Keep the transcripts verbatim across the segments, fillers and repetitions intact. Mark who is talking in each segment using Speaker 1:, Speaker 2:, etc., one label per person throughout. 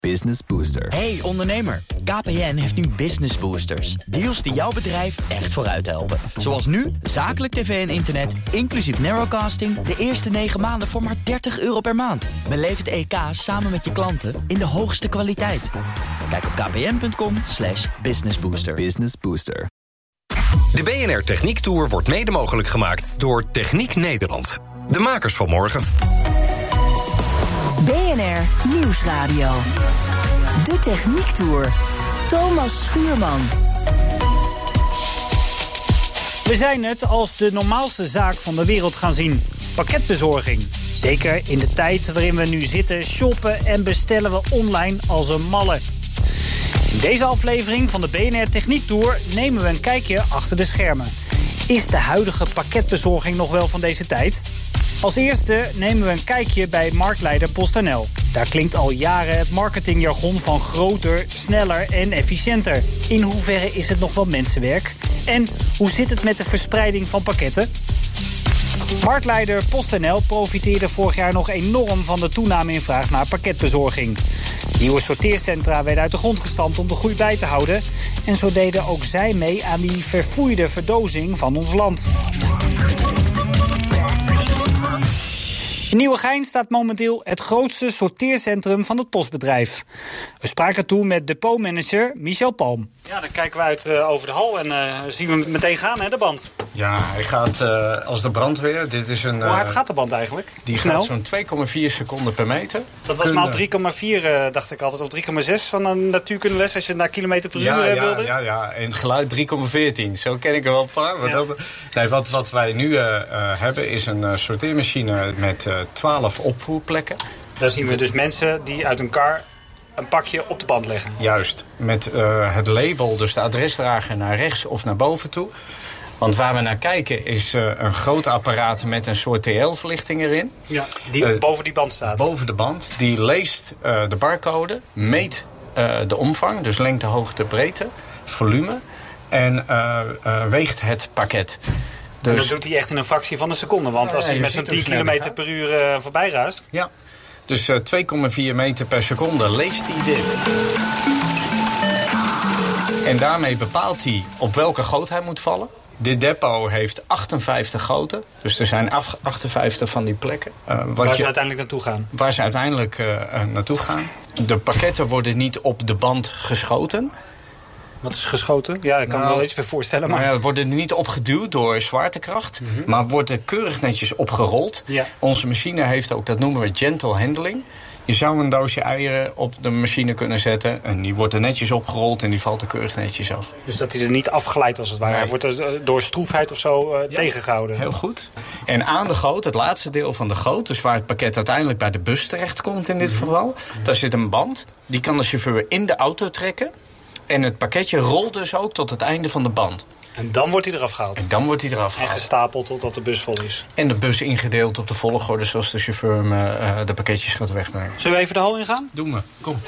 Speaker 1: Business Booster.
Speaker 2: Hey ondernemer, K P N heeft nu Business Boosters. Deals die jouw bedrijf echt vooruit helpen. Zoals nu, zakelijk tv en internet, inclusief narrowcasting... de eerste negen maanden voor maar dertig euro per maand. Beleef het E K samen met je klanten in de hoogste kwaliteit. Kijk op kpn.com slash businessbooster.
Speaker 1: Business Booster.
Speaker 3: De B N R Techniek Tour wordt mede mogelijk gemaakt door Techniek Nederland. De makers van morgen.
Speaker 4: B N R Nieuwsradio. De Techniek Tour. Thomas Schuurman.
Speaker 5: We zijn het als de normaalste zaak van de wereld gaan zien. Pakketbezorging. Zeker in de tijd waarin we nu zitten, shoppen en bestellen we online als een malle. In deze aflevering van de B N R Techniek Tour nemen we een kijkje achter de schermen. Is de huidige pakketbezorging nog wel van deze tijd? Als eerste nemen we een kijkje bij marktleider PostNL. Daar klinkt al jaren het marketingjargon van groter, sneller en efficiënter. In hoeverre is het nog wel mensenwerk? En hoe zit het met de verspreiding van pakketten? Marktleider PostNL profiteerde vorig jaar nog enorm van de toename in vraag naar pakketbezorging. Nieuwe sorteercentra werden uit de grond gestampt om de groei bij te houden. En zo deden ook zij mee aan die verfoeide verdozing van ons land. In Nieuwegein staat momenteel het grootste sorteercentrum van het postbedrijf. We spraken toen met depotmanager Michel Palm. Ja, dan kijken we uit uh, over de hal en uh, zien we hem meteen gaan, hè, de band.
Speaker 6: Ja, hij gaat uh, als de brandweer. Dit is een, uh,
Speaker 5: Hoe hard gaat de band eigenlijk?
Speaker 6: Die
Speaker 5: Snel?
Speaker 6: gaat zo'n twee komma vier seconden per meter.
Speaker 5: Dat was maal drie komma vier, uh, dacht ik altijd, of drie komma zes van een natuurkundeles als je naar kilometer per
Speaker 6: ja,
Speaker 5: uur
Speaker 6: ja,
Speaker 5: wilde.
Speaker 6: Ja, ja, en geluid drie komma veertien. Zo ken ik er wel een paar. Ja. Dat, nee, wat, wat wij nu uh, uh, hebben is een uh, sorteermachine met uh, twaalf opvoerplekken.
Speaker 5: Daar zien we dus mensen die uit een kar een pakje op de band leggen.
Speaker 6: Juist, met uh, het label, dus de adresdrager naar rechts of naar boven toe. Want waar we naar kijken is uh, een groot apparaat met een soort T L-verlichting erin.
Speaker 5: Ja, die uh, boven die band staat.
Speaker 6: Boven de band. Die leest uh, de barcode, meet uh, de omvang, dus lengte, hoogte, breedte, volume. En uh, uh, weegt het pakket.
Speaker 5: Dus dat doet hij echt in een fractie van een seconde. Want ja, als hij ja, met zo'n tien kilometer per uur uh, voorbij raast.
Speaker 6: Ja, dus uh, twee komma vier meter per seconde leest hij dit. En daarmee bepaalt hij op welke goot hij moet vallen. Dit depot heeft achtenvijftig goten. Dus er zijn achtenvijftig van die plekken.
Speaker 5: Uh, waar je, ze uiteindelijk naartoe gaan.
Speaker 6: Waar ze uiteindelijk uh, uh, naartoe gaan. De pakketten worden niet op de band geschoten.
Speaker 5: Wat is geschoten? Ja, ik kan nou, me wel iets bij voorstellen. Maar
Speaker 6: nou ja, worden er niet opgeduwd door zwaartekracht. Mm-hmm. Maar worden keurig netjes opgerold. Ja. Onze machine heeft ook, dat noemen we gentle handling. Je zou een doosje eieren op de machine kunnen zetten. En die wordt er netjes opgerold en die valt er keurig netjes af.
Speaker 5: Dus dat hij er niet afglijdt als het ware. Nee. Hij wordt er door stroefheid of zo uh, ja, tegengehouden.
Speaker 6: Heel goed. En aan de goot, het laatste deel van de goot, dus waar het pakket uiteindelijk bij de bus terechtkomt in dit mm-hmm. geval. Mm-hmm. Daar zit een band. Die kan de chauffeur in de auto trekken. En het pakketje rolt dus ook tot het einde van de band.
Speaker 5: En dan wordt hij eraf gehaald?
Speaker 6: En dan wordt hij eraf gehaald.
Speaker 5: En gestapeld totdat de bus vol is?
Speaker 6: En de bus ingedeeld op de volgorde zoals de chauffeur uh, de pakketjes gaat wegbrengen.
Speaker 5: Zullen we even de hal ingaan?
Speaker 6: Doen we. Kom.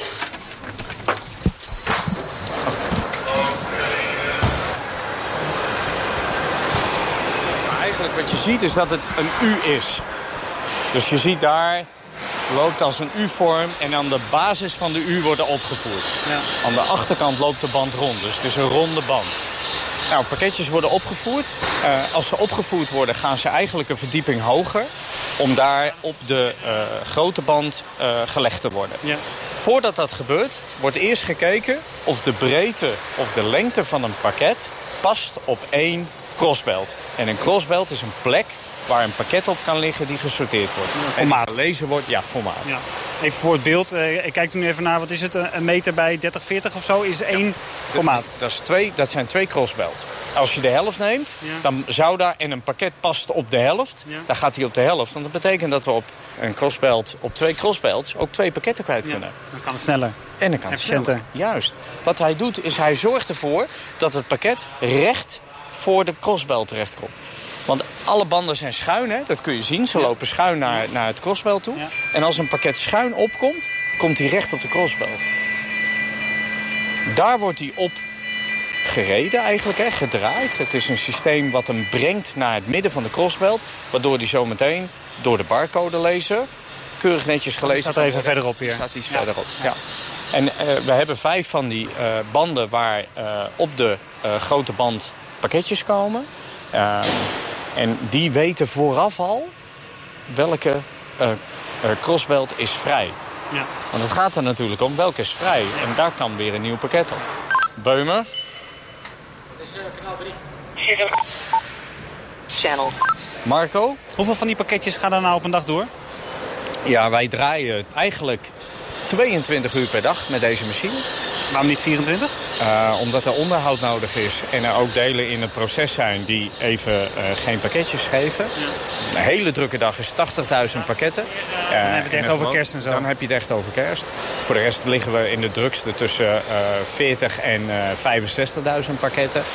Speaker 6: Maar eigenlijk wat je ziet is dat het een U is. Dus je ziet daar loopt als een U-vorm en aan de basis van de U worden opgevoerd. Ja. Aan de achterkant loopt de band rond, dus het is een ronde band. Nou, pakketjes worden opgevoerd. Uh, als ze opgevoerd worden, gaan ze eigenlijk een verdieping hoger om daar op de uh, grote band uh, gelegd te worden. Ja. Voordat dat gebeurt, wordt eerst gekeken of de breedte of de lengte van een pakket past op één crossbelt. En een crossbelt is een plek waar een pakket op kan liggen die gesorteerd wordt.
Speaker 5: Ja, formaat.
Speaker 6: En die gelezen wordt, ja, formaat. Ja.
Speaker 5: Even voor het beeld, uh, ik kijk er nu even naar, wat is het, een meter bij dertig, veertig of zo, is één ja. formaat.
Speaker 6: Dat, is twee, dat zijn twee crossbelts. Als je de helft neemt, ja. dan zou daar, en een pakket past op de helft, ja. dan gaat hij op de helft. Want dat betekent dat we op een crossbelt, op twee crossbelts, ook twee pakketten kwijt kunnen.
Speaker 5: Ja. Dan kan het sneller.
Speaker 6: En dan kan het sneller. Juist. Wat hij doet, is hij zorgt ervoor dat het pakket recht voor de crossbelt terechtkomt. Want alle banden zijn schuin, hè? Dat kun je zien. Ze ja. lopen schuin naar, naar het crossbelt toe. Ja. En als een pakket schuin opkomt, komt hij recht op de crossbelt. Daar wordt hij op gereden eigenlijk, hè? Gedraaid. Het is een systeem wat hem brengt naar het midden van de crossbelt. Waardoor hij zometeen door de barcode lezer keurig netjes gelezen
Speaker 5: staat er even verderop weer.
Speaker 6: Staat iets
Speaker 5: ja.
Speaker 6: verderop, ja. En uh, we hebben vijf van die uh, banden waar uh, op de uh, grote band pakketjes komen. Uh, en die weten vooraf al welke uh, uh, crossbelt is vrij. Ja. Want het gaat er natuurlijk om, welke is vrij. En daar kan weer een nieuw pakket op. Beumer.
Speaker 1: Dit is uh, kanaal drie. Channel.
Speaker 6: Marco.
Speaker 5: Hoeveel van die pakketjes gaan er nou op een dag door?
Speaker 6: Ja, wij draaien eigenlijk tweeëntwintig uur per dag met deze machine.
Speaker 5: Waarom niet vierentwintig?
Speaker 6: Uh, omdat er onderhoud nodig is en er ook delen in het proces zijn die even uh, geen pakketjes geven. Ja. Een hele drukke dag is tachtigduizend pakketten.
Speaker 5: Uh, dan heb je het echt over kerst en zo.
Speaker 6: Dan heb je het echt over kerst. Voor de rest liggen we in de drukste tussen uh, veertig en uh, vijfenzestigduizend pakketten.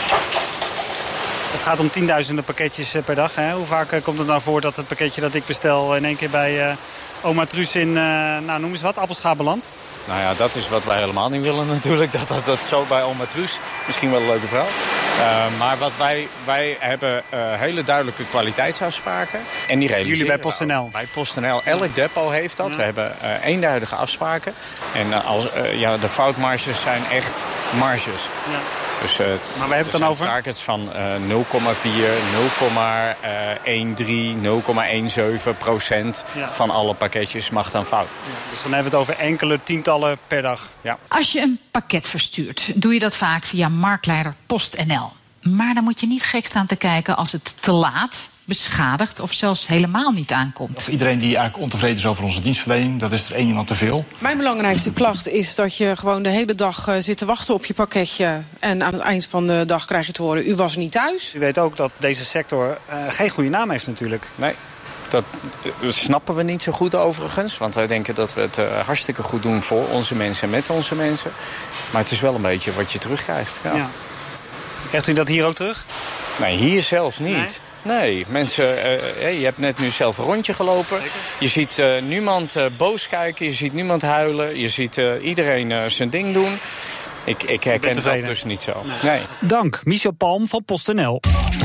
Speaker 5: Het gaat om tienduizenden pakketjes per dag. Hè? Hoe vaak uh, komt het nou voor dat het pakketje dat ik bestel in één keer bij uh, oma Truus in, uh, nou noem eens wat, Appelscha belandt?
Speaker 6: Nou ja, dat is wat wij helemaal niet willen natuurlijk. Dat dat, dat zo bij oma Truus. Misschien wel een leuke vrouw. Uh, maar wat wij, wij hebben uh, hele duidelijke kwaliteitsafspraken. En die realiseren
Speaker 5: Jullie bij PostNL?
Speaker 6: Bij PostNL. Elk depot heeft dat. Ja. We hebben uh, eenduidige afspraken. En uh, als, uh, ja, de foutmarges zijn echt marges. Ja. Dus, uh,
Speaker 5: maar wij hebben het dan over?
Speaker 6: Targets van uh, nul komma vier, nul komma dertien, nul komma zeventig procent ja. van alle pakketjes mag dan fout.
Speaker 5: Ja, dus dan hebben we het over enkele tientallen per dag.
Speaker 6: Ja.
Speaker 7: Als je een pakket verstuurt, doe je dat vaak via marktleider PostNL. Maar dan moet je niet gek staan te kijken als het te laat, beschadigd of zelfs helemaal niet aankomt.
Speaker 8: Of iedereen die eigenlijk ontevreden is over onze dienstverlening, dat is er één iemand te veel.
Speaker 9: Mijn belangrijkste klacht is dat je gewoon de hele dag uh, zit te wachten op je pakketje. En aan het eind van de dag krijg je te horen, u was niet thuis.
Speaker 5: U weet ook dat deze sector uh, geen goede naam heeft natuurlijk.
Speaker 6: Nee. Dat snappen we niet zo goed overigens. Want wij denken dat we het uh, hartstikke goed doen voor onze mensen, met onze mensen. Maar het is wel een beetje wat je terugkrijgt. Ja. Ja.
Speaker 5: Krijgt u dat hier ook terug?
Speaker 6: Nee, hier zelf niet. Nee, nee mensen, uh, je hebt net nu zelf een rondje gelopen. Zeker? Je ziet uh, niemand uh, boos kijken, je ziet niemand huilen. Je ziet uh, iedereen uh, zijn ding doen. Ik, ik herken dat dus niet zo. Nee. Nee.
Speaker 5: Dank, Michel Palm van PostNL.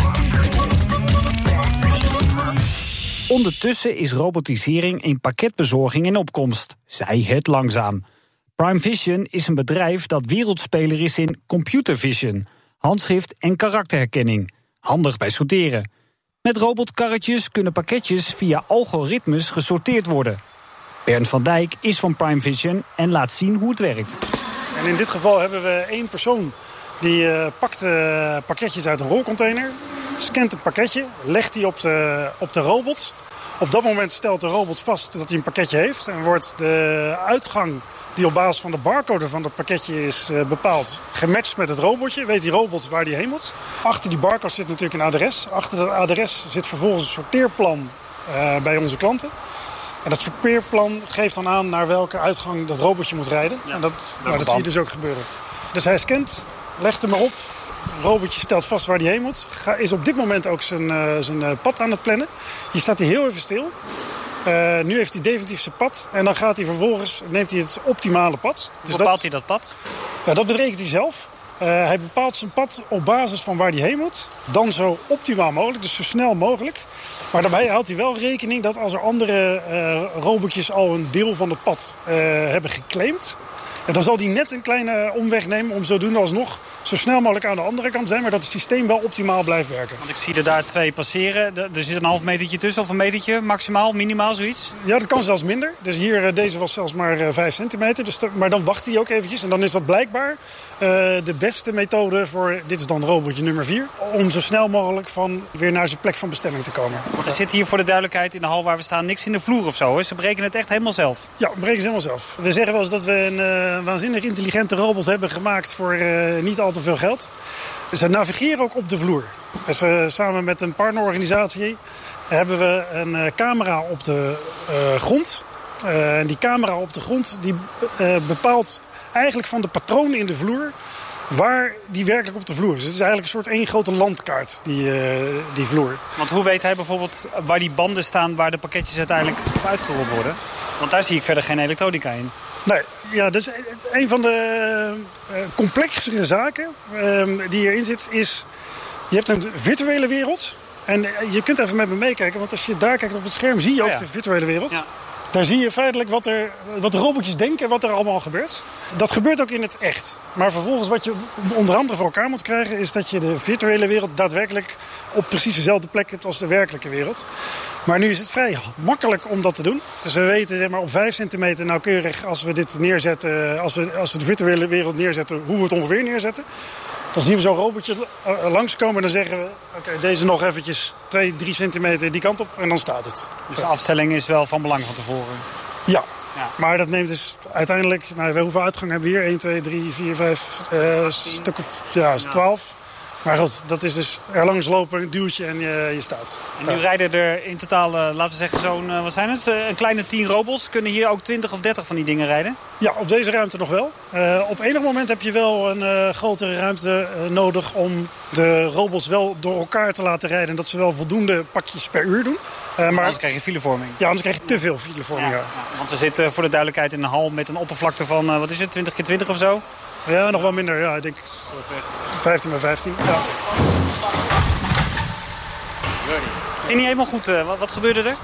Speaker 5: Ondertussen is robotisering in pakketbezorging in opkomst. Zij het langzaam. Prime Vision is een bedrijf dat wereldspeler is in computer vision, handschrift en karakterherkenning. Handig bij sorteren. Met robotkarretjes kunnen pakketjes via algoritmes gesorteerd worden. Bernd van Dijk is van Prime Vision en laat zien hoe het werkt.
Speaker 10: En in dit geval hebben we één persoon die uh, pakt uh, pakketjes uit een rolcontainer, scant een pakketje, legt die op de, op de robot. Op dat moment stelt de robot vast dat hij een pakketje heeft en wordt de uitgang die op basis van de barcode van dat pakketje is uh, bepaald, gematcht met het robotje. Weet die robot waar die heen moet. Achter die barcode zit natuurlijk een adres. Achter dat adres zit vervolgens een sorteerplan uh, bij onze klanten. En dat sorteerplan geeft dan aan naar welke uitgang dat robotje moet rijden. Ja, en dat, nou, dat zie je dus ook gebeuren. Dus hij scant, legt hem erop. Het robotje stelt vast waar hij heen moet. Ga, is op dit moment ook zijn, uh, zijn uh, pad aan het plannen. Hier staat hij heel even stil. Uh, nu heeft hij definitief zijn pad. En dan gaat hij vervolgens, neemt hij het optimale pad.
Speaker 5: Hoe dus bepaalt dat, hij dat pad?
Speaker 10: Ja, dat berekent hij zelf. Uh, hij bepaalt zijn pad op basis van waar hij heen moet. Dan zo optimaal mogelijk, dus zo snel mogelijk. Maar daarbij houdt hij wel rekening dat als er andere uh, robotjes al een deel van het pad uh, hebben geclaimd, en dan zal hij net een kleine omweg nemen om zodoende alsnog zo snel mogelijk aan de andere kant zijn, maar dat het systeem wel optimaal blijft werken.
Speaker 5: Want ik zie er daar twee passeren. Er zit een half metertje tussen of een metertje, maximaal, minimaal, zoiets?
Speaker 10: Ja, dat kan zelfs minder. Dus hier, deze was zelfs maar vijf centimeter. Dus maar dan wacht hij ook eventjes. En dan is dat blijkbaar uh, de beste methode voor, dit is dan robotje nummer vier, om zo snel mogelijk van weer naar zijn plek van bestemming te komen.
Speaker 5: Want er zit hier voor de duidelijkheid in de hal waar we staan niks in de vloer of zo. Hè? Ze berekenen het echt helemaal zelf.
Speaker 10: Ja, we berekenen ze helemaal zelf. We zeggen wel eens dat we een uh, waanzinnig intelligente robot hebben gemaakt voor uh, niet al te veel geld. Ze navigeren ook op de vloer. Dus we samen met een partnerorganisatie hebben we een uh, camera op de uh, grond. Uh, en die camera op de grond die uh, bepaalt eigenlijk van de patronen in de vloer waar die werkelijk op de vloer is. Het is eigenlijk een soort één grote landkaart, die, uh, die vloer.
Speaker 5: Want hoe weet hij bijvoorbeeld waar die banden staan waar de pakketjes uiteindelijk uitgerold worden? Want daar zie ik verder geen elektronica in.
Speaker 10: Nee, ja, dus een van de uh, complexere zaken uh, die hierin zit is, je hebt een virtuele wereld. En je kunt even met me meekijken, want als je daar kijkt op het scherm zie je ook oh ja. de virtuele wereld. Ja. Daar zie je feitelijk wat, er, wat de robotjes denken en wat er allemaal gebeurt. Dat gebeurt ook in het echt. Maar vervolgens wat je onder andere voor elkaar moet krijgen... is dat je de virtuele wereld daadwerkelijk op precies dezelfde plek hebt als de werkelijke wereld. Maar nu is het vrij makkelijk om dat te doen. Dus we weten zeg maar, op vijf centimeter nauwkeurig als we dit neerzetten... als we, als we de virtuele wereld neerzetten, hoe we het ongeveer neerzetten. Dan zien we zo'n robotje langskomen en dan zeggen we... oké, okay, deze nog eventjes twee, drie centimeter die kant op en dan staat het.
Speaker 5: Dus de afstelling is wel van belang van tevoren?
Speaker 10: Ja, ja. Maar dat neemt dus uiteindelijk... Nou, hoeveel uitgang hebben we hier? één, twee, drie, vier, vijf, uh, stuk of ja, twaalf. Maar goed, dat is dus er langs lopen, een duwtje en je, je staat.
Speaker 5: En nu ja. rijden er in totaal, uh, laten we zeggen, zo'n, uh, wat zijn het? Uh, een kleine tien robots. Kunnen hier ook twintig of dertig van die dingen rijden?
Speaker 10: Ja, op deze ruimte nog wel. Uh, op enig moment heb je wel een uh, grotere ruimte uh, nodig om de robots wel door elkaar te laten rijden. En dat ze wel voldoende pakjes per uur doen. Uh, maar
Speaker 5: anders krijg je filevorming.
Speaker 10: Ja, anders krijg je te veel filevorming.
Speaker 5: Ja,
Speaker 10: ja.
Speaker 5: Ja, want we zitten voor de duidelijkheid in een hal met een oppervlakte van, uh, wat is het, twintig keer twintig of zo?
Speaker 10: Ja, nog wel minder. Ja, ik denk vijftien bij vijftien. Ja.
Speaker 5: Het ging niet helemaal goed. Uh, wat, wat gebeurde er?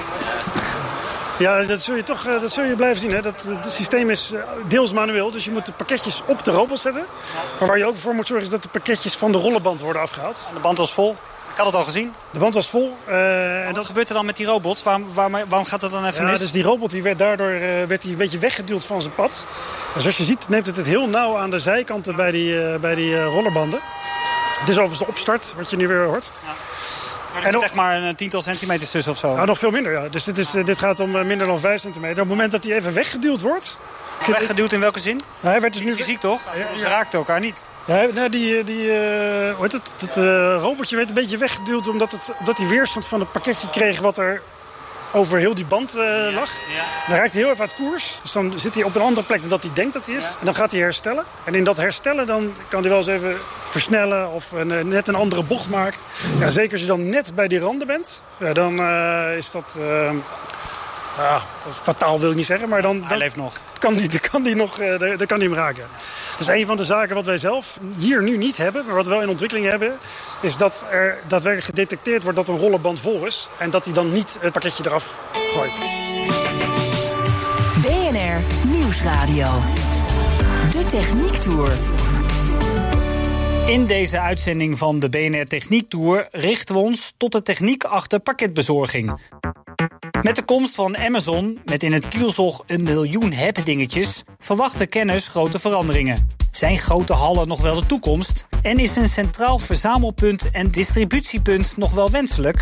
Speaker 10: Ja, dat zul je toch dat zul je blijven zien. Hè. Dat, het systeem is deels manueel, dus je moet de pakketjes op de robot zetten. Maar waar je ook voor moet zorgen is dat de pakketjes van de rollenband worden afgehaald.
Speaker 5: En de band was vol? Ik had het al gezien.
Speaker 10: De band was vol. Uh, en
Speaker 5: wat
Speaker 10: dat
Speaker 5: gebeurt er dan met die robots? Waarom, waarom, waarom gaat dat dan even
Speaker 10: ja,
Speaker 5: mis?
Speaker 10: Dus die robot die werd daardoor uh, werd die een beetje weggeduwd van zijn pad. En zoals je ziet neemt het het heel nauw aan de zijkanten bij die, uh, bij die uh, rollerbanden. Dit is overigens de opstart, wat je nu weer hoort.
Speaker 5: Ja. Maar er zit echt maar een tiental centimeters tussen of zo?
Speaker 10: Nou, nog veel minder, ja. Dus dit, is, uh, dit gaat om uh, minder dan vijf centimeter. Op het moment dat hij even weggeduwd wordt...
Speaker 5: Weggeduwd in welke zin?
Speaker 10: Nou, hij werd dus nu
Speaker 5: fysiek toch?
Speaker 10: Ja, ja.
Speaker 5: Ze raakten elkaar niet.
Speaker 10: Ja, nou, die, die, uh, hoe heet het? Dat uh, robotje werd een beetje weggeduwd omdat, het, omdat hij weerstand van het pakketje kreeg wat er over heel die band uh, ja, lag. Ja. Dan raakt hij heel even uit koers. Dus dan zit hij op een andere plek dan dat hij denkt dat hij is. Ja. En dan gaat hij herstellen. En in dat herstellen dan kan hij wel eens even versnellen of een, uh, net een andere bocht maken. Ja, zeker als je dan net bij die randen bent, ja, dan uh, is dat... Uh, Ja, fataal wil ik niet zeggen, maar dan...
Speaker 5: Hij
Speaker 10: dan
Speaker 5: leeft nog.
Speaker 10: Kan die, kan die nog, uh, daar kan die hem raken. Dat is een van de zaken wat wij zelf hier nu niet hebben, maar wat we wel in ontwikkeling hebben, is dat er daadwerkelijk gedetecteerd wordt dat een rollenband vol is en dat hij dan niet het pakketje eraf gooit.
Speaker 4: B N R Nieuwsradio. De Techniek Tour.
Speaker 5: In deze uitzending van de B N R Techniek Tour richten we ons tot de techniek achter pakketbezorging. Met de komst van Amazon, met in het kielzog een miljoen hebdingetjes, verwachten kenners grote veranderingen. Zijn grote hallen nog wel de toekomst? En is een centraal verzamelpunt en distributiepunt nog wel wenselijk?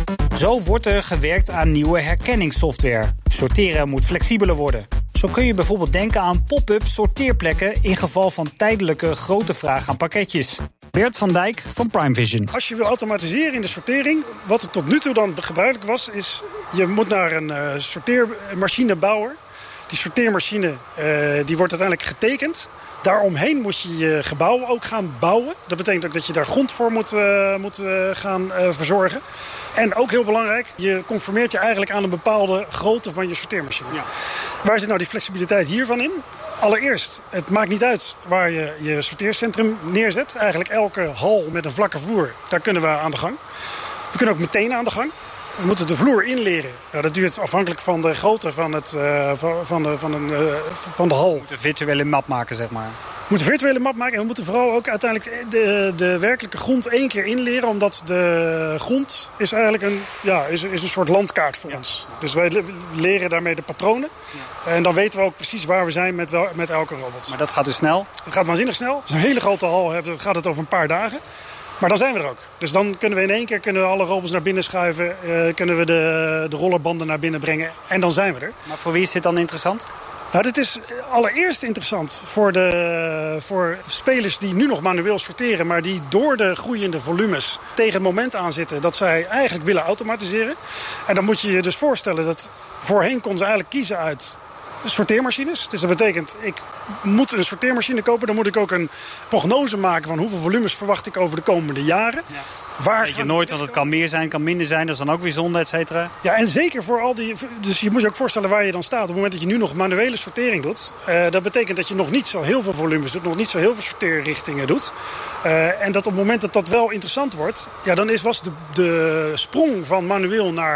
Speaker 5: Zo wordt er gewerkt aan nieuwe herkenningssoftware. Sorteren moet flexibeler worden. Zo kun je bijvoorbeeld denken aan pop-up sorteerplekken in geval van tijdelijke grote vraag aan pakketjes. Bert van Dijk van Prime Vision.
Speaker 10: Als je wil automatiseren in de sortering, wat er tot nu toe dan gebruikelijk was, is je moet naar een uh, sorteermachinebouwer. Die sorteermachine uh, die wordt uiteindelijk getekend. Daaromheen moet je je gebouw ook gaan bouwen. Dat betekent ook dat je daar grond voor moet, uh, moet uh, gaan uh, verzorgen. En ook heel belangrijk, je conformeert je eigenlijk aan een bepaalde grootte van je sorteermachine. Ja. Waar zit nou die flexibiliteit hiervan in? Allereerst, het maakt niet uit waar je je sorteercentrum neerzet. Eigenlijk elke hal met een vlakke vloer, daar kunnen we aan de gang. We kunnen ook meteen aan de gang. We moeten de vloer inleren. Ja, dat duurt afhankelijk van de grootte van, het, uh, van, van, de, van, een, uh, van de hal. We
Speaker 5: moeten een virtuele map maken, zeg maar.
Speaker 10: We moeten een virtuele map maken en we moeten vooral ook uiteindelijk de, de werkelijke grond één keer inleren. Omdat de grond is eigenlijk een, ja, is, is een soort landkaart voor ja. ons. Dus wij leren daarmee de patronen. Ja. En dan weten we ook precies waar we zijn met, wel, met elke robot.
Speaker 5: Maar dat gaat dus snel?
Speaker 10: Het gaat waanzinnig snel. Als we een hele grote hal hebben, dan gaat het over een paar dagen. Maar dan zijn we er ook. Dus dan kunnen we in één keer kunnen we alle robots naar binnen schuiven. Uh, kunnen we de, de rollerbanden naar binnen brengen. En dan zijn we er.
Speaker 5: Maar voor wie is dit dan interessant?
Speaker 10: Nou, dit is allereerst interessant voor, de, voor spelers die nu nog manueel sorteren, maar die door de groeiende volumes tegen het moment aan zitten dat zij eigenlijk willen automatiseren. En dan moet je je dus voorstellen dat voorheen konden ze eigenlijk kiezen uit sorteermachines. Dus dat betekent, ik moet een sorteermachine kopen. Dan moet ik ook een prognose maken van hoeveel volumes verwacht ik over de komende jaren. Ja.
Speaker 5: Waar weet je nooit, want het kan meer zijn, kan minder zijn. Dat is dan ook weer zonde, et cetera.
Speaker 10: Ja, en zeker voor al die... Dus je moet je ook voorstellen waar je dan staat. Op het moment dat je nu nog manuele sortering doet. Uh, dat betekent dat je nog niet zo heel veel volumes doet. Nog niet zo heel veel sorteerrichtingen doet. Uh, en dat op het moment dat dat wel interessant wordt. Ja, dan is, was de, de sprong van manueel naar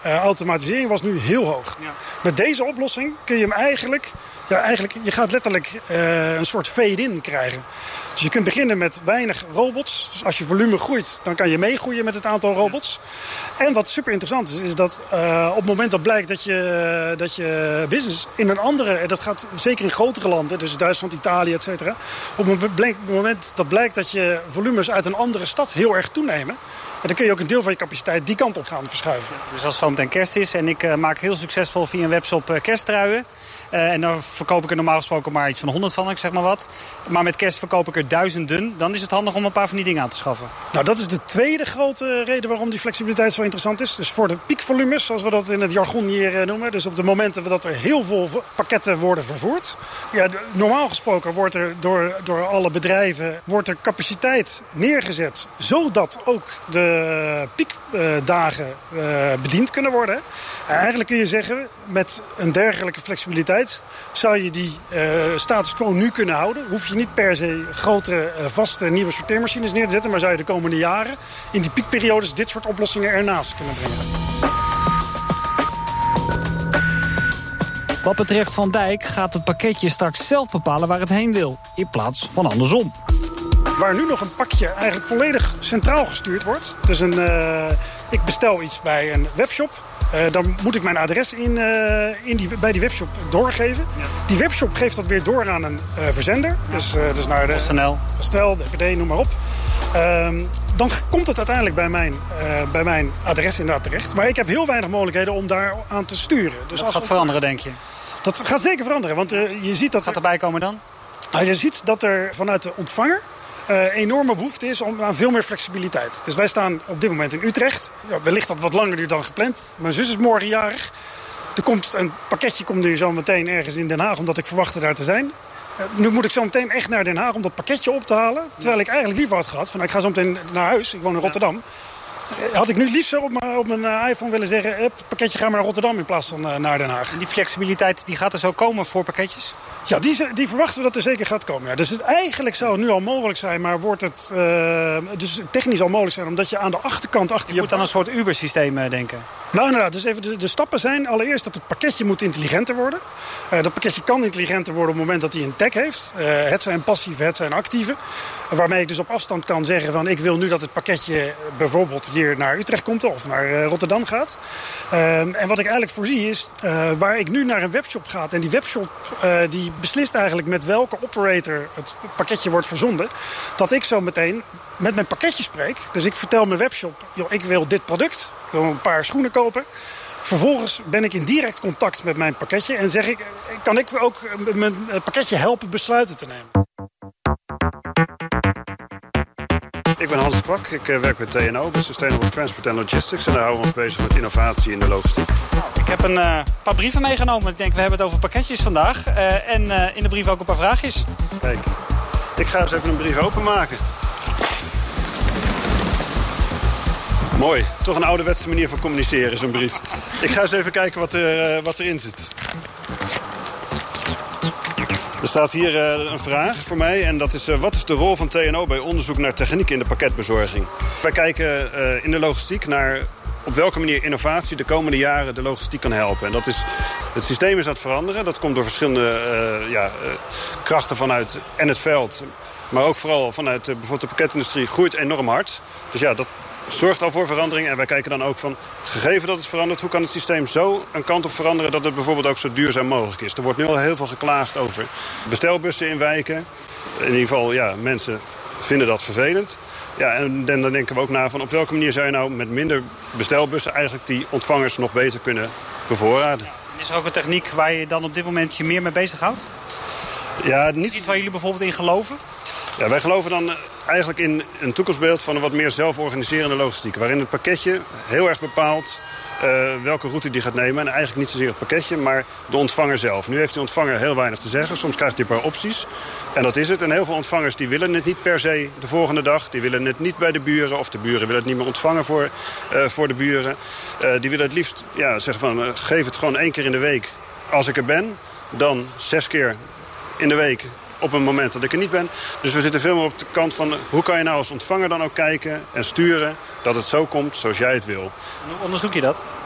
Speaker 10: uh, automatisering was nu heel hoog. Ja. Met deze oplossing kun je hem eigenlijk... Ja, eigenlijk, je gaat letterlijk uh, een soort fade-in krijgen. Dus je kunt beginnen met weinig robots. Dus als je volume groeit, dan kan je meegroeien met het aantal robots. En wat super interessant is, is dat uh, op het moment dat blijkt dat je, dat je business in een andere... en dat gaat zeker in grotere landen, dus Duitsland, Italië, et cetera. Op het moment dat blijkt dat je volumes uit een andere stad heel erg toenemen... En dan kun je ook een deel van je capaciteit die kant op gaan verschuiven.
Speaker 5: Dus als het zometeen kerst is en ik uh, maak heel succesvol via een webshop uh, kersttruien... Uh, en dan verkoop ik er normaal gesproken maar iets van honderd van, ik zeg maar wat. Maar met kerst verkoop ik er duizenden. Dan is het handig om een paar van die dingen aan te schaffen.
Speaker 10: Nou, dat is de tweede grote reden waarom die flexibiliteit zo interessant is. Dus voor de piekvolumes, zoals we dat in het jargon hier noemen. Dus op de momenten dat er heel veel pakketten worden vervoerd. Ja, normaal gesproken wordt er door, door alle bedrijven wordt er capaciteit neergezet. Zodat ook de piekdagen uh, bediend kunnen worden. En eigenlijk kun je zeggen, met een dergelijke flexibiliteit zou je die uh, status quo nu kunnen houden. Hoef je niet per se grotere, uh, vaste nieuwe sorteermachines neer te zetten, maar zou je de komende jaren in die piekperiodes dit soort oplossingen ernaast kunnen brengen.
Speaker 5: Wat betreft Van Dijk gaat het pakketje straks zelf bepalen waar het heen wil, in plaats van andersom.
Speaker 10: Waar nu nog een pakje eigenlijk volledig centraal gestuurd wordt. Dus een, uh, ik bestel iets bij een webshop. Uh, dan moet ik mijn adres in, uh, in die, bij die webshop doorgeven. Ja. Die webshop geeft dat weer door aan een uh, verzender. Ja. Dus, uh, dus naar de
Speaker 5: PostNL,
Speaker 10: PostNL, D P D, noem maar op. Uh, dan komt het uiteindelijk bij mijn, uh, bij mijn adres inderdaad terecht. Maar ik heb heel weinig mogelijkheden om daar aan te sturen. Dus
Speaker 5: dat
Speaker 10: als
Speaker 5: gaat veranderen, denk je?
Speaker 10: Dat gaat zeker veranderen. Want uh, je ziet dat
Speaker 5: gaat erbij komen dan?
Speaker 10: Nou, je ziet dat er vanuit de ontvanger Uh, enorme behoefte is om, aan veel meer flexibiliteit. Dus wij staan op dit moment in Utrecht. Ja, wellicht dat wat langer duurt dan gepland. Mijn zus is morgen jarig. Er komt een pakketje komt nu zo meteen ergens in Den Haag, omdat ik verwachtte daar te zijn. Uh, nu moet ik zo meteen echt naar Den Haag om dat pakketje op te halen. Terwijl ik eigenlijk liever had gehad van ik ga zo meteen naar huis. Ik woon in Rotterdam. Had ik nu liefst zo op mijn, op mijn iPhone willen zeggen, het pakketje ga maar naar Rotterdam in plaats van uh, naar Den Haag.
Speaker 5: En die flexibiliteit die gaat er zo komen voor pakketjes?
Speaker 10: Ja, die, die verwachten we dat er zeker gaat komen. Ja. Dus het, eigenlijk zou het nu al mogelijk zijn, maar wordt het uh, dus technisch al mogelijk zijn, omdat je aan de achterkant achter je...
Speaker 5: Je moet aan een soort Uber-systeem uh, denken.
Speaker 10: Nou, inderdaad. Dus even de, de stappen zijn allereerst dat het pakketje moet intelligenter worden. Uh, dat pakketje kan intelligenter worden op het moment dat hij een tag heeft. Uh, het zijn passieve, het zijn actieve. Uh, waarmee ik dus op afstand kan zeggen van ik wil nu dat het pakketje bijvoorbeeld hier naar Utrecht komt of naar uh, Rotterdam gaat. Uh, en wat ik eigenlijk voorzie is uh, waar ik nu naar een webshop ga. En die webshop uh, die beslist eigenlijk met welke operator het pakketje wordt verzonden. Dat ik zo meteen met mijn pakketje spreek. Dus ik vertel mijn webshop, joh, ik wil dit product. Ik wil een paar schoenen kopen. Vervolgens ben ik in direct contact met mijn pakketje. En zeg ik, kan ik ook mijn pakketje helpen besluiten te nemen.
Speaker 11: Ik ben Hans Kwak, ik werk bij T N O, bij Sustainable Transport and Logistics. En daar houden we ons bezig met innovatie in de logistiek.
Speaker 5: Ik heb een uh, paar brieven meegenomen. Ik denk, we hebben het over pakketjes vandaag. Uh, en uh, in de brief ook een paar vraagjes.
Speaker 11: Kijk, ik ga eens even een brief openmaken. Mooi, toch een ouderwetse manier van communiceren, zo'n brief. Ik ga eens even kijken wat, er, uh, wat erin zit. Er staat hier uh, een vraag voor mij en dat is uh, wat is de rol van T N O bij onderzoek naar techniek in de pakketbezorging? Wij kijken uh, in de logistiek naar op welke manier innovatie de komende jaren de logistiek kan helpen. En dat is, het systeem is aan het veranderen. Dat komt door verschillende uh, ja, uh, krachten vanuit en het veld. Maar ook vooral vanuit uh, bijvoorbeeld de pakketindustrie groeit enorm hard. Dus ja, dat zorgt al voor verandering. En wij kijken dan ook van, gegeven dat het verandert, hoe kan het systeem zo een kant op veranderen dat het bijvoorbeeld ook zo duurzaam mogelijk is. Er wordt nu al heel veel geklaagd over bestelbussen in wijken. In ieder geval, ja, mensen vinden dat vervelend. Ja, en dan denken we ook na van op welke manier zou je nou met minder bestelbussen eigenlijk die ontvangers nog beter kunnen bevoorraden.
Speaker 5: Is er ook een techniek waar je dan op dit moment je meer mee bezighoudt?
Speaker 11: Ja, niet...
Speaker 5: Is iets waar jullie bijvoorbeeld in geloven?
Speaker 11: Ja, wij geloven dan eigenlijk in een toekomstbeeld van een wat meer zelforganiserende logistiek. Waarin het pakketje heel erg bepaalt uh, welke route die gaat nemen. En eigenlijk niet zozeer het pakketje, maar de ontvanger zelf. Nu heeft die ontvanger heel weinig te zeggen. Soms krijgt hij een paar opties. En dat is het. En heel veel ontvangers die willen het niet per se de volgende dag. Die willen het niet bij de buren. Of de buren willen het niet meer ontvangen voor, uh, voor de buren. Uh, die willen het liefst ja, zeggen van uh, geef het gewoon één keer in de week als ik er ben. Dan zes keer in de week op een moment dat ik er niet ben. Dus we zitten veel meer op de kant van hoe kan je nou als ontvanger dan ook kijken en sturen dat het zo komt zoals jij het wil.
Speaker 5: En hoe onderzoek je dat?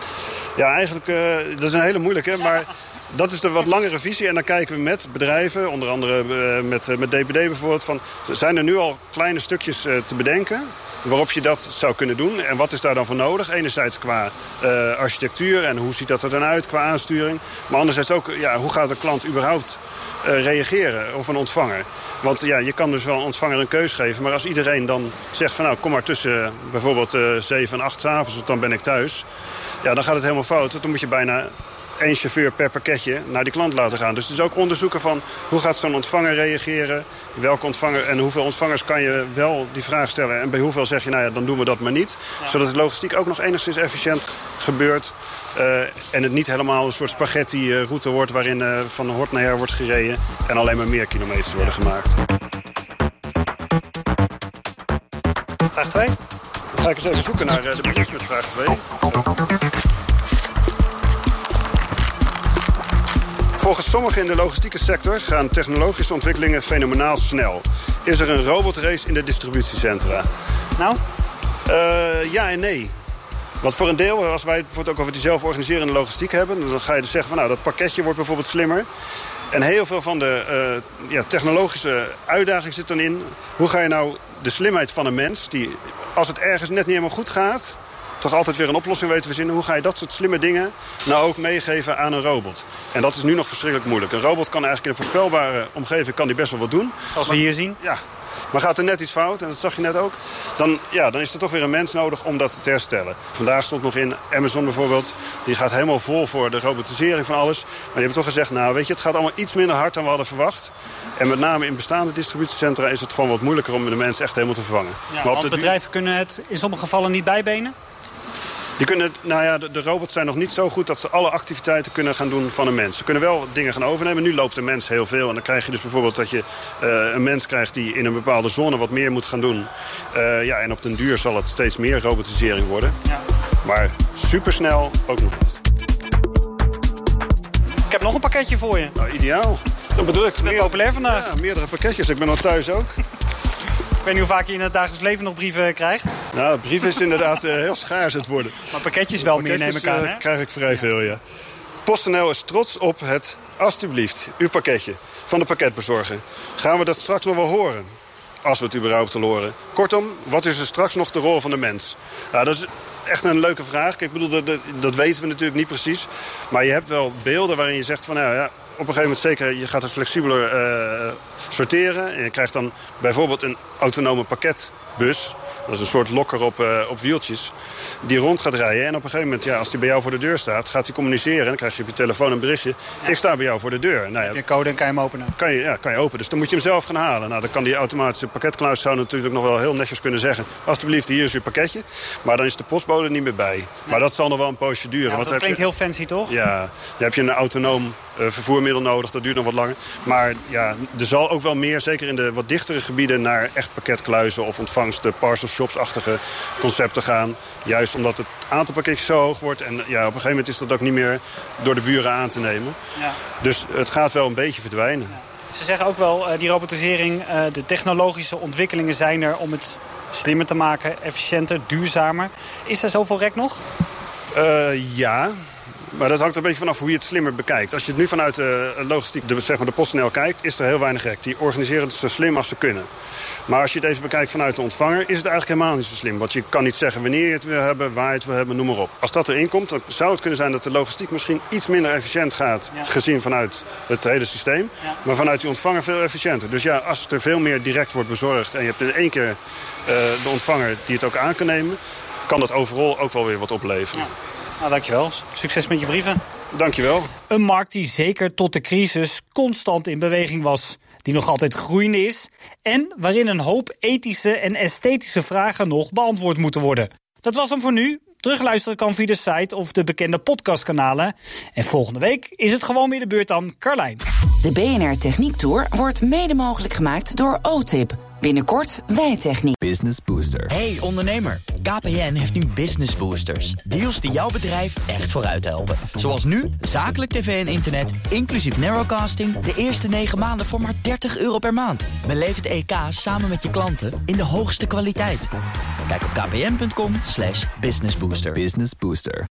Speaker 11: Ja, eigenlijk, uh, dat is een hele moeilijke, maar dat is de wat langere visie. En dan kijken we met bedrijven, onder andere uh, met, uh, met D P D bijvoorbeeld, van, zijn er nu al kleine stukjes uh, te bedenken waarop je dat zou kunnen doen. En wat is daar dan voor nodig? Enerzijds qua uh, architectuur en hoe ziet dat er dan uit qua aansturing. Maar anderzijds ook, ja, hoe gaat de klant überhaupt uh, reageren of een ontvanger? Want ja, je kan dus wel een ontvanger een keus geven. Maar als iedereen dan zegt van nou, kom maar tussen uh, bijvoorbeeld uh, zeven en acht 's avonds, want dan ben ik thuis. Ja, dan gaat het helemaal fout. Want dan moet je bijna één chauffeur per pakketje naar die klant laten gaan. Dus het is ook onderzoeken van hoe gaat zo'n ontvanger reageren. Welke ontvanger en hoeveel ontvangers kan je wel die vraag stellen. En bij hoeveel zeg je, nou ja, dan doen we dat maar niet. Ja. Zodat de logistiek ook nog enigszins efficiënt gebeurt. Uh, en het niet helemaal een soort spaghetti-route wordt waarin uh, van hort naar her wordt gereden. En alleen maar meer kilometers worden gemaakt.
Speaker 5: Vraag twee.
Speaker 11: Dan ga ik eens even zoeken naar uh, de brief met vraag twee. Volgens sommigen in de logistieke sector gaan technologische ontwikkelingen fenomenaal snel. Is er een robotrace in de distributiecentra?
Speaker 5: Nou?
Speaker 11: Uh, ja en nee. Want voor een deel, als wij het bijvoorbeeld ook over die zelforganiserende logistiek hebben, dan ga je dus zeggen van nou, dat pakketje wordt bijvoorbeeld slimmer. En heel veel van de uh, ja, technologische uitdaging zit dan in. Hoe ga je nou de slimheid van een mens, die als het ergens net niet helemaal goed gaat, toch altijd weer een oplossing weten te verzinnen. Hoe ga je dat soort slimme dingen nou ook meegeven aan een robot? En dat is nu nog verschrikkelijk moeilijk. Een robot kan eigenlijk in een voorspelbare omgeving kan die best wel wat doen.
Speaker 5: Zoals we hier zien?
Speaker 11: Ja. Maar gaat er net iets fout, en dat zag je net ook, dan, ja, dan is er toch weer een mens nodig om dat te herstellen. Vandaag stond nog in Amazon bijvoorbeeld, die gaat helemaal vol voor de robotisering van alles. Maar die hebben toch gezegd, nou weet je, het gaat allemaal iets minder hard dan we hadden verwacht. En met name in bestaande distributiecentra is het gewoon wat moeilijker om de mensen echt helemaal te vervangen.
Speaker 5: Ja,
Speaker 11: maar op
Speaker 5: want
Speaker 11: de
Speaker 5: bedrijven kunnen het in sommige gevallen niet bijbenen?
Speaker 11: Die kunnen, nou ja, de, de robots zijn nog niet zo goed dat ze alle activiteiten kunnen gaan doen van een mens. Ze kunnen wel dingen gaan overnemen. Nu loopt een mens heel veel. En dan krijg je dus bijvoorbeeld dat je uh, een mens krijgt die in een bepaalde zone wat meer moet gaan doen. Uh, ja, en op den duur zal het steeds meer robotisering worden. Ja. Maar supersnel ook nog niet.
Speaker 5: Ik heb nog een pakketje voor je.
Speaker 11: Nou, ideaal. Dat bedoel ik.
Speaker 5: Ik ben populair vandaag.
Speaker 11: Ja, meerdere pakketjes. Ik ben al thuis ook.
Speaker 5: Ik weet niet hoe vaak je in het dagelijks leven nog brieven krijgt.
Speaker 11: Nou, brieven is inderdaad uh, heel schaars het worden.
Speaker 5: Maar pakketjes wel meer, neem ik aan, hè?
Speaker 11: Uh, krijg ik vrij veel, ja. PostNL is trots op het, alstublieft, uw pakketje van de pakketbezorger. Gaan we dat straks nog wel horen? Als we het überhaupt al horen. Kortom, wat is er straks nog de rol van de mens? Nou, dat is echt een leuke vraag. Ik bedoel, dat, dat, dat weten we natuurlijk niet precies. Maar je hebt wel beelden waarin je zegt van, nou ja, op een gegeven moment zeker, je gaat het flexibeler uh, sorteren. En je krijgt dan bijvoorbeeld een autonome pakketbus. Dat is een soort lokker op, uh, op wieltjes. Die rond gaat rijden. En op een gegeven moment, ja, als die bij jou voor de deur staat, gaat hij communiceren. En dan krijg je op je telefoon een berichtje. Ja. Ik sta bij jou voor de deur. Nou, ja,
Speaker 5: heb je een code en kan je hem openen?
Speaker 11: Kan je, ja, kan je openen. Dus dan moet je hem zelf gaan halen. Nou, dan kan die automatische pakketkluis zou natuurlijk nog wel heel netjes kunnen zeggen, alsjeblieft, hier is uw pakketje. Maar dan is de postbode niet meer bij. Ja. Maar dat zal nog wel een poosje duren.
Speaker 5: Ja,
Speaker 11: want
Speaker 5: dat klinkt
Speaker 11: je,
Speaker 5: heel fancy, toch?
Speaker 11: Ja, dan heb je een autonoom uh, vervoermiddel nodig. Dat duurt nog wat langer. Maar ja, er zal ook wel meer, zeker in de wat dichtere gebieden, naar echt pakketkluizen of ontvangsten, parcel shops-achtige concepten gaan. Juist omdat het aantal pakketjes zo hoog wordt. En ja, op een gegeven moment is dat ook niet meer door de buren aan te nemen. Ja. Dus het gaat wel een beetje verdwijnen.
Speaker 5: Ja. Ze zeggen ook wel, uh, die robotisering, uh, de technologische ontwikkelingen zijn er om het slimmer te maken, efficiënter, duurzamer. Is er zoveel rek nog?
Speaker 11: Uh, ja. Maar dat hangt er een beetje vanaf hoe je het slimmer bekijkt. Als je het nu vanuit de logistiek, de, zeg maar de PostNL kijkt, is er heel weinig rek. Die organiseren het zo slim als ze kunnen. Maar als je het even bekijkt vanuit de ontvanger, is het eigenlijk helemaal niet zo slim. Want je kan niet zeggen wanneer je het wil hebben, waar je het wil hebben, noem maar op. Als dat erin komt, dan zou het kunnen zijn dat de logistiek misschien iets minder efficiënt gaat, ja, gezien vanuit het hele systeem. Ja. Maar vanuit die ontvanger veel efficiënter. Dus ja, als het er veel meer direct wordt bezorgd en je hebt in één keer uh, de ontvanger die het ook aan kan nemen, kan dat overal ook wel weer wat opleveren. Ja.
Speaker 5: Nou, dankjewel. Succes met je brieven.
Speaker 11: Dankjewel.
Speaker 5: Een markt die zeker tot de crisis constant in beweging was, die nog altijd groeiende is en waarin een hoop ethische en esthetische vragen nog beantwoord moeten worden. Dat was hem voor nu. Terugluisteren kan via de site of de bekende podcastkanalen. En volgende week is het gewoon weer de beurt aan Carlijn.
Speaker 4: De B N R Techniek Tour wordt mede mogelijk gemaakt door O T I P. Binnenkort Wijtechniek.
Speaker 2: Business Booster. Hey ondernemer, K P N heeft nu Business Boosters. Deals die jouw bedrijf echt vooruit helpen. Zoals nu, zakelijk tv en internet, inclusief narrowcasting, de eerste negen maanden voor maar dertig euro per maand. Beleef het E K samen met je klanten in de hoogste kwaliteit. Kijk op kpn punt com slash businessbooster. Business Booster.